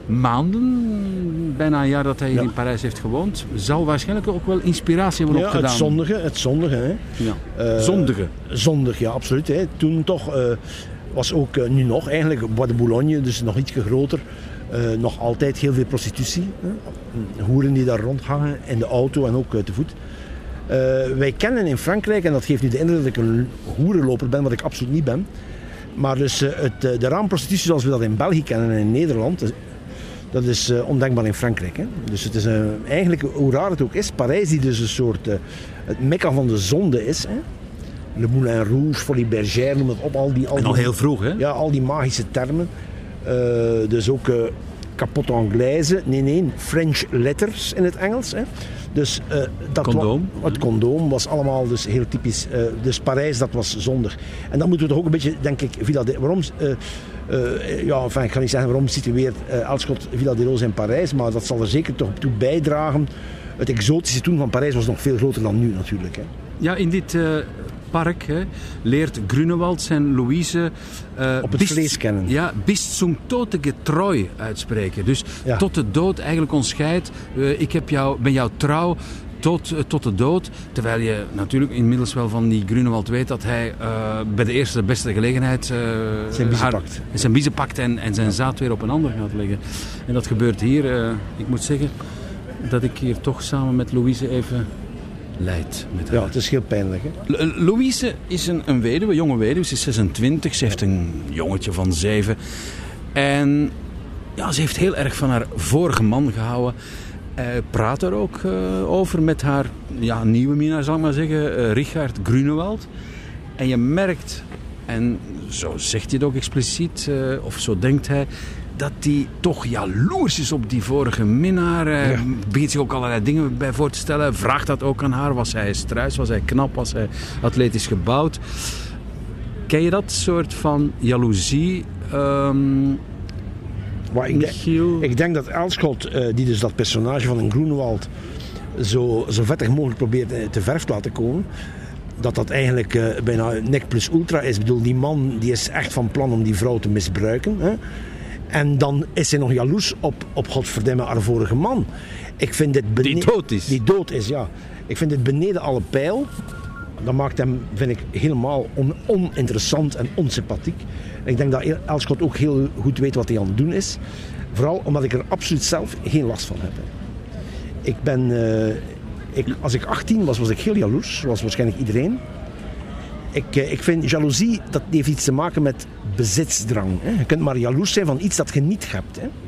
maanden, bijna een jaar dat hij hier ja. in Parijs heeft gewoond, zal waarschijnlijk ook wel inspiratie hebben ja, opgedaan. Het zondige. Het zondige, hè. Ja. Uh, zondige. Zondig, ja, absoluut. Hè. Toen toch uh, was ook, uh, nu nog eigenlijk, Bois de Boulogne, dus nog ietsje groter. Uh, nog altijd heel veel prostitutie. Hè? Hoeren die daar rondhangen in de auto en ook uh, te voet. Uh, wij kennen in Frankrijk, en dat geeft nu de indruk dat ik een hoerenloper ben, wat ik absoluut niet ben. Maar dus uh, het, uh, de raamprostitutie zoals we dat in België kennen en in Nederland, uh, dat is uh, ondenkbaar in Frankrijk. Hè? Dus het is uh, eigenlijk, hoe raar het ook is, Parijs die dus een soort, uh, het mekka van de zonde is. Hè? Le Moulin Rouge, Folie Bergère, noem het op. Al die, al en al die, heel vroeg, hè? Ja, al die magische termen. Uh, dus ook uh, capote anglaise, nee nee, French letters in het Engels. Hè. Dus, uh, dat condoom. Wa- het condoom was allemaal dus heel typisch. Uh, dus Parijs, dat was zondig. En dan moeten we toch ook een beetje, denk ik, Villa de, waarom, uh, uh, ja, enfin, ik ga niet zeggen waarom situeert uh, Elschot Villa des Roses in Parijs, maar dat zal er zeker toch toe bijdragen. Het exotische toen van Parijs was nog veel groter dan nu natuurlijk. Hè. Ja, in dit uh, park hè, leert Grunewald zijn Louise uh, op het bist, vlees kennen. Ja, bis zum Tode getreu uitspreken. Dus ja. tot de dood eigenlijk ons scheidt. Uh, ik heb jou, ben jou trouw tot, uh, tot de dood. Terwijl je natuurlijk inmiddels wel van die Grunewald weet dat hij uh, bij de eerste de beste gelegenheid uh, zijn biezen pakt. Zijn biezen pakt en, en zijn ja. zaad weer op een ander gaat leggen. En dat gebeurt hier. Uh, ik moet zeggen dat ik hier toch samen met Louise even leidt met haar. Ja, het is heel pijnlijk. Hè? L- Louise is een, een weduwe, jonge weduwe. Ze is zesentwintig. Ze heeft een jongetje van zeven. En ja, ze heeft heel erg van haar vorige man gehouden. Uh, praat er ook uh, over met haar ja, nieuwe minnaar, zal ik maar zeggen, uh, Richard Grunewald. En je merkt, en zo zegt hij het ook expliciet, uh, of zo denkt hij, dat hij toch jaloers is op die vorige minnaar. Hij ja. begint zich ook allerlei dingen bij voor te stellen. Vraagt dat ook aan haar. Was hij struis? Was hij knap? Was hij atletisch gebouwd? Ken je dat soort van jaloezie? Um, maar ik, denk, ik denk dat Elschot, uh, die dus dat personage van een Grunewald zo, zo vettig mogelijk probeert te verf te laten komen, dat dat eigenlijk uh, bijna nec plus ultra is. Ik bedoel, die man die is echt van plan om die vrouw te misbruiken. Hè? En dan is hij nog jaloers op, op godverdomme haar vorige man. Ik vind dit bene- die dood is. Die dood is, ja. Ik vind dit beneden alle pijl. Dat maakt hem, vind ik, helemaal on- oninteressant en onsympathiek. En ik denk dat Elschot ook heel goed weet wat hij aan het doen is. Vooral omdat ik er absoluut zelf geen last van heb. Ik ben... Uh, ik, als ik achttien was, was ik heel jaloers. Zoals waarschijnlijk iedereen. Ik, ik vind jaloezie, dat heeft iets te maken met bezitsdrang. Hè. Je kunt maar jaloers zijn van iets dat je niet hebt. Hè.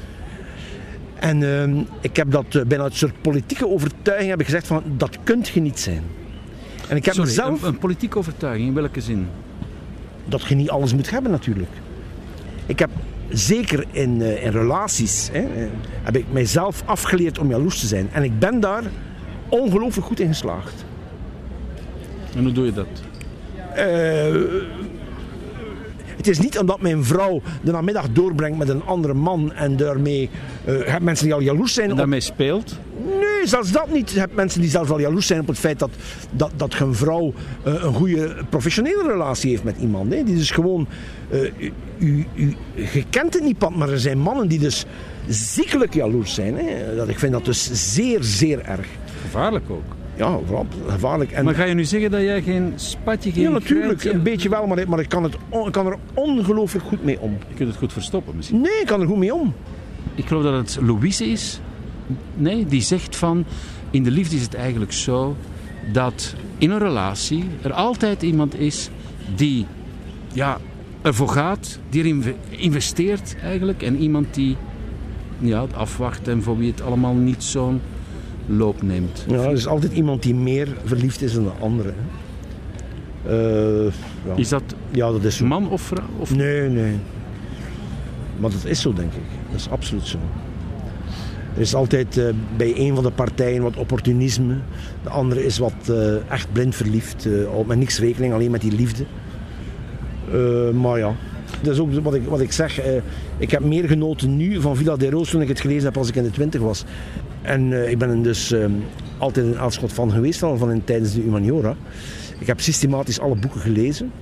En uh, ik heb dat uh, bijna een soort politieke overtuiging heb ik gezegd van, dat kunt je niet zijn. En ik heb Sorry, mezelf... een, een politieke overtuiging, in welke zin? Dat je niet alles moet hebben natuurlijk. Ik heb zeker in, uh, in relaties, hè, heb ik mijzelf afgeleerd om jaloers te zijn. En ik ben daar ongelooflijk goed in geslaagd. En hoe doe je dat? Uh, het is niet omdat mijn vrouw de namiddag doorbrengt met een andere man en daarmee uh, mensen die al jaloers zijn. En daarmee op... speelt? Nee, zelfs dat niet. Je hebt mensen die zelfs al jaloers zijn op het feit dat, dat, dat je een vrouw uh, een goede professionele relatie heeft met iemand. Hè. Die dus gewoon, uh, u, u, u, je kent het niet, Pat, maar er zijn mannen die dus ziekelijk jaloers zijn. Hè. Dat, ik vind dat dus zeer, zeer erg. Gevaarlijk ook. Ja, vooral gevaarlijk. En... Maar ga je nu zeggen dat jij geen spatje, geen Ja, natuurlijk. Greintje... Een beetje wel, maar, maar ik, kan het on, ik kan er ongelooflijk goed mee om. Je kunt het goed verstoppen misschien. Nee, ik kan er goed mee om. Ik geloof dat het Louise is. Nee, die zegt van... In de liefde is het eigenlijk zo dat in een relatie er altijd iemand is die ja, ervoor gaat, die erin investeert eigenlijk. En iemand die ja, afwacht en voor wie het allemaal niet zo'n loop neemt. Ja, er is altijd iemand die meer verliefd is dan de andere. Uh, ja. Is dat, ja, dat is zo. Man of vrouw? Of... Nee, nee. Maar dat is zo, denk ik. Dat is absoluut zo. Er is altijd uh, bij een van de partijen wat opportunisme. De andere is wat uh, echt blind verliefd. Uh, met niks rekening, alleen met die liefde. Uh, maar ja, dat is ook wat ik, wat ik zeg. Uh, ik heb meer genoten nu van Villa de Roos toen ik het gelezen heb als ik in de twintig was. En uh, ik ben er dus uh, altijd een Elschot van geweest, al van in, tijdens de Humaniora. Ik heb systematisch alle boeken gelezen.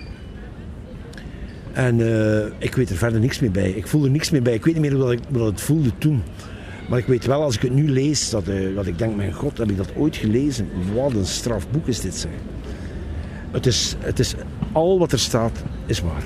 En uh, ik weet er verder niks meer bij. Ik voel er niks meer bij. Ik weet niet meer hoe dat ik, hoe dat het voelde toen. Maar ik weet wel, als ik het nu lees, dat, uh, dat ik denk, mijn god, heb ik dat ooit gelezen? Wat een strafboek is dit, zeg. Het is, het is, al wat er staat, is waar.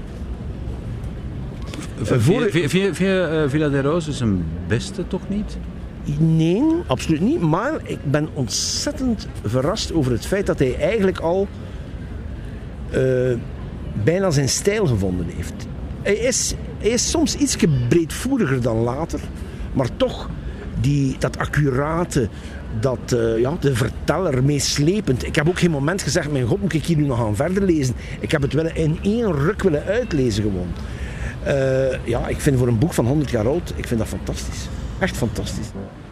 V- voor... Vind je uh, Villa de Roos is een beste, toch niet? Nee, absoluut niet. Maar ik ben ontzettend verrast over het feit dat hij eigenlijk al uh, bijna zijn stijl gevonden heeft. Hij is, hij is soms iets breedvoeriger dan later, maar toch die, dat accurate, dat, uh, ja, de verteller meeslepend. Ik heb ook geen moment gezegd, mijn god, moet ik hier nu nog gaan verder lezen? Ik heb het willen in één ruk willen uitlezen gewoon. Uh, ja, ik vind voor een boek van honderd jaar oud, ik vind dat fantastisch. Echt fantastisch.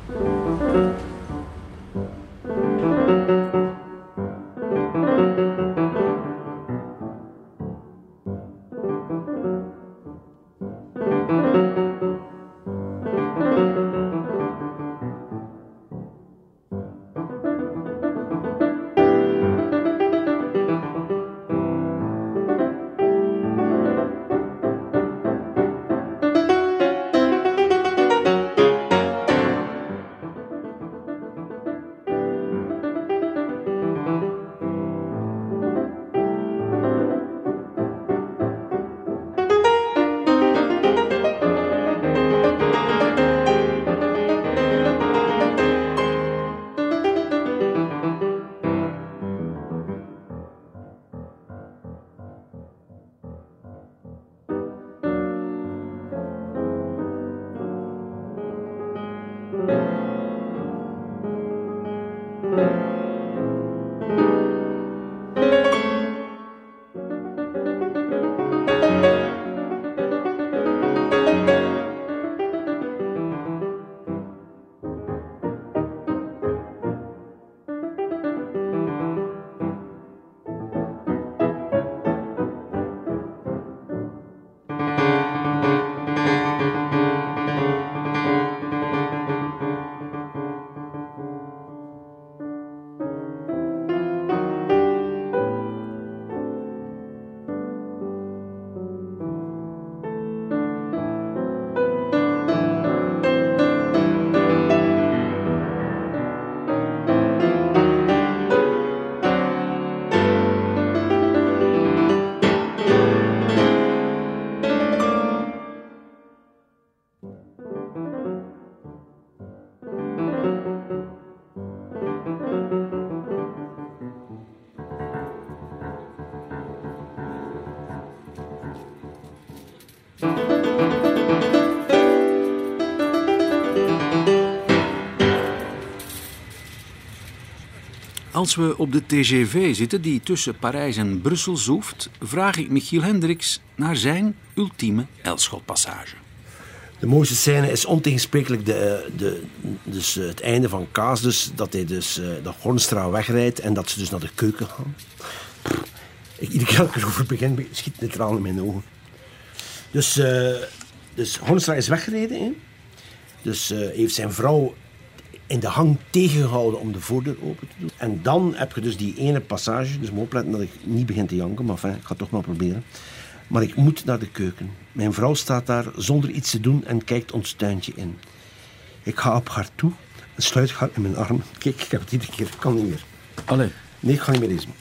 Als we op de T G V zitten die tussen Parijs en Brussel zoeft, vraag ik Michiel Hendricks naar zijn ultieme Elschot-passage. De mooiste scène is ontegensprekelijk de, de, dus het einde van Kaas. Dus, dat hij dus uh, dat Hornstra wegrijdt en dat ze dus naar de keuken gaan. Ik, iedere keer dat ik erover begin, schiet de traan in mijn ogen. Dus, uh, dus Hornstra is weggereden. Hè? Dus uh, heeft zijn vrouw in de hang tegengehouden om de voordeur open te doen. En dan heb je dus die ene passage. Dus moet opletten dat ik niet begin te janken. Maar enfin, ik ga het toch maar proberen. Maar ik moet naar de keuken. Mijn vrouw staat daar zonder iets te doen en kijkt ons tuintje in. Ik ga op haar toe en sluit haar in mijn armen. Kijk, ik heb het iedere keer. Ik kan niet meer. Allee. Nee, ik ga niet meer lezen.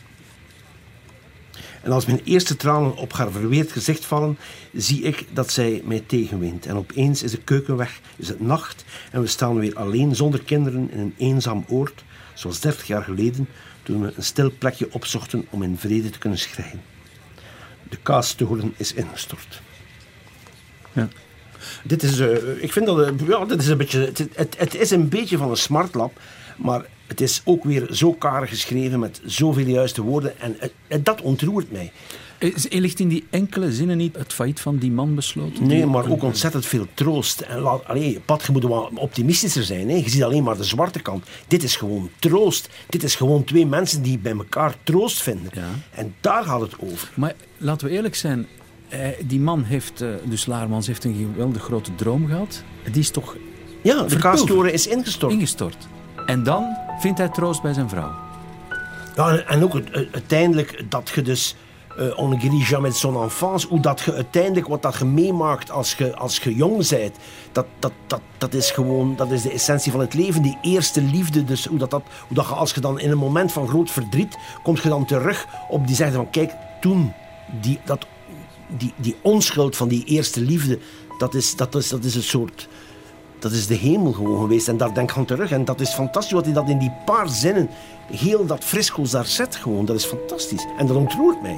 En als mijn eerste tranen op haar verweerd gezicht vallen, zie ik dat zij mij tegenweent. En opeens is de keuken weg, is het nacht en we staan weer alleen zonder kinderen in een eenzaam oord, zoals dertig jaar geleden, toen we een stil plekje opzochten om in vrede te kunnen schrijven. De kaasstoelen is ingestort. Ja. Dit is, uh, ik vind dat, uh, ja, dit is een beetje, het, het, het is een beetje van een smartlap, maar het is ook weer zo karig geschreven met zoveel juiste woorden en het, het, dat ontroert mij. Ligt in die enkele zinnen niet het failliet van die man besloten? Nee, maar ook ontzettend veel troost. En laat, allee, Pat, je moet wel optimistischer zijn. Hè? Je ziet alleen maar de zwarte kant. Dit is gewoon troost. Dit is gewoon twee mensen die bij elkaar troost vinden. Ja. En daar gaat het over. Maar laten we eerlijk zijn. Eh, die man heeft, dus Laarmans, heeft een geweldig grote droom gehad. Die is toch... Ja, de kaastoren is ingestort. Ingestort. En dan vindt hij troost bij zijn vrouw. Ja, en ook uiteindelijk dat je dus... Uh, on ne guérit jamais son enfance, hoe dat je uiteindelijk wat dat je meemaakt als je, als je jong bent, dat, dat, dat, dat is gewoon, dat is de essentie van het leven, die eerste liefde. Dus hoe dat, dat, hoe dat je als je dan in een moment van groot verdriet, komt je dan terug op die zeggen van kijk, toen, die, dat, die, die onschuld van die eerste liefde, dat is, dat is, dat is een soort... Dat is de hemel gewoon geweest. En daar denk ik aan terug. En dat is fantastisch wat hij dat in die paar zinnen, heel dat frisco's daar zet gewoon. Dat is fantastisch. En dat ontroert mij.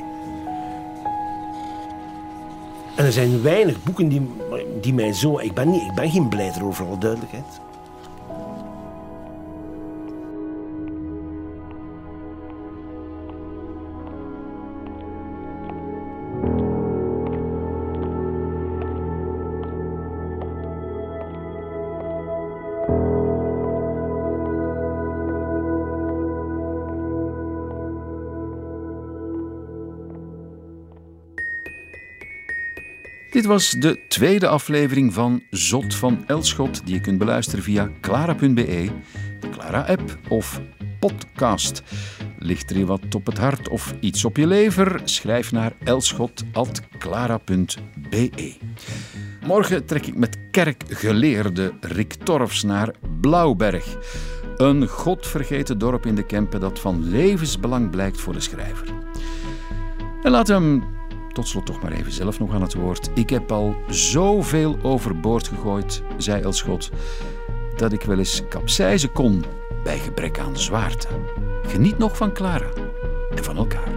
En er zijn weinig boeken die, die mij zo... Ik ben, niet, ik ben geen blijder over alle duidelijkheid. Dit was de tweede aflevering van Zot van Elschot, die je kunt beluisteren via clara punt be, de Clara-app of podcast. Ligt er je wat op het hart of iets op je lever? Schrijf naar elschot apenstaartje clara punt be. Morgen trek ik met kerkgeleerde Rick Torfs naar Blauwberg. Een godvergeten dorp in de Kempen dat van levensbelang blijkt voor de schrijver. En laat hem... Tot slot toch maar even zelf nog aan het woord. Ik heb al zoveel overboord gegooid, zei Elschot, dat ik wel eens kapseizen kon bij gebrek aan zwaarte. Geniet nog van Clara en van elkaar.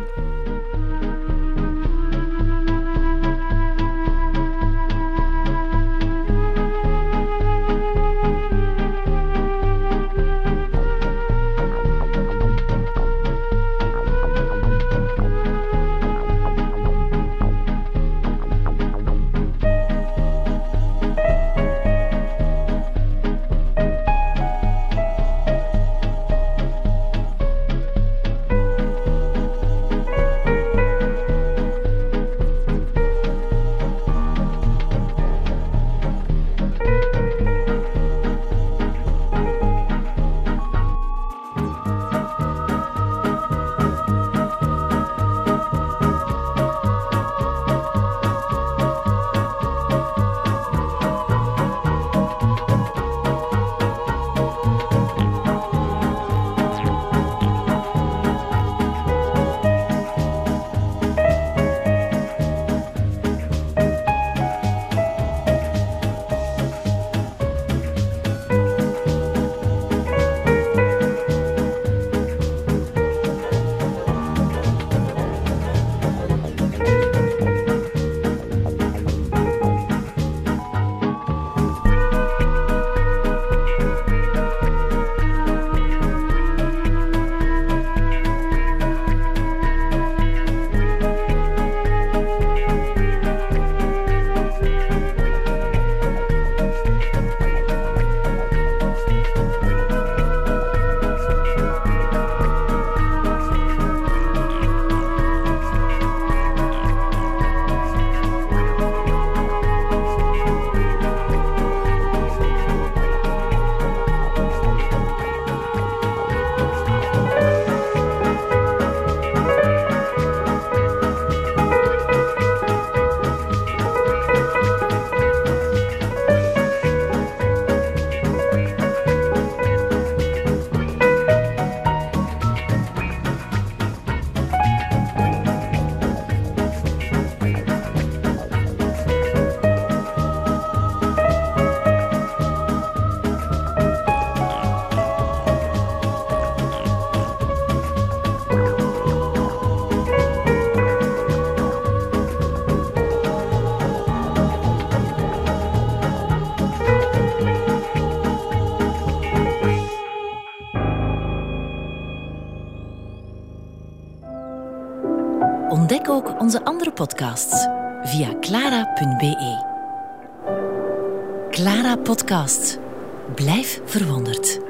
Ontdek ook onze andere podcasts via clara punt be. Clara Podcast. Blijf verwonderd.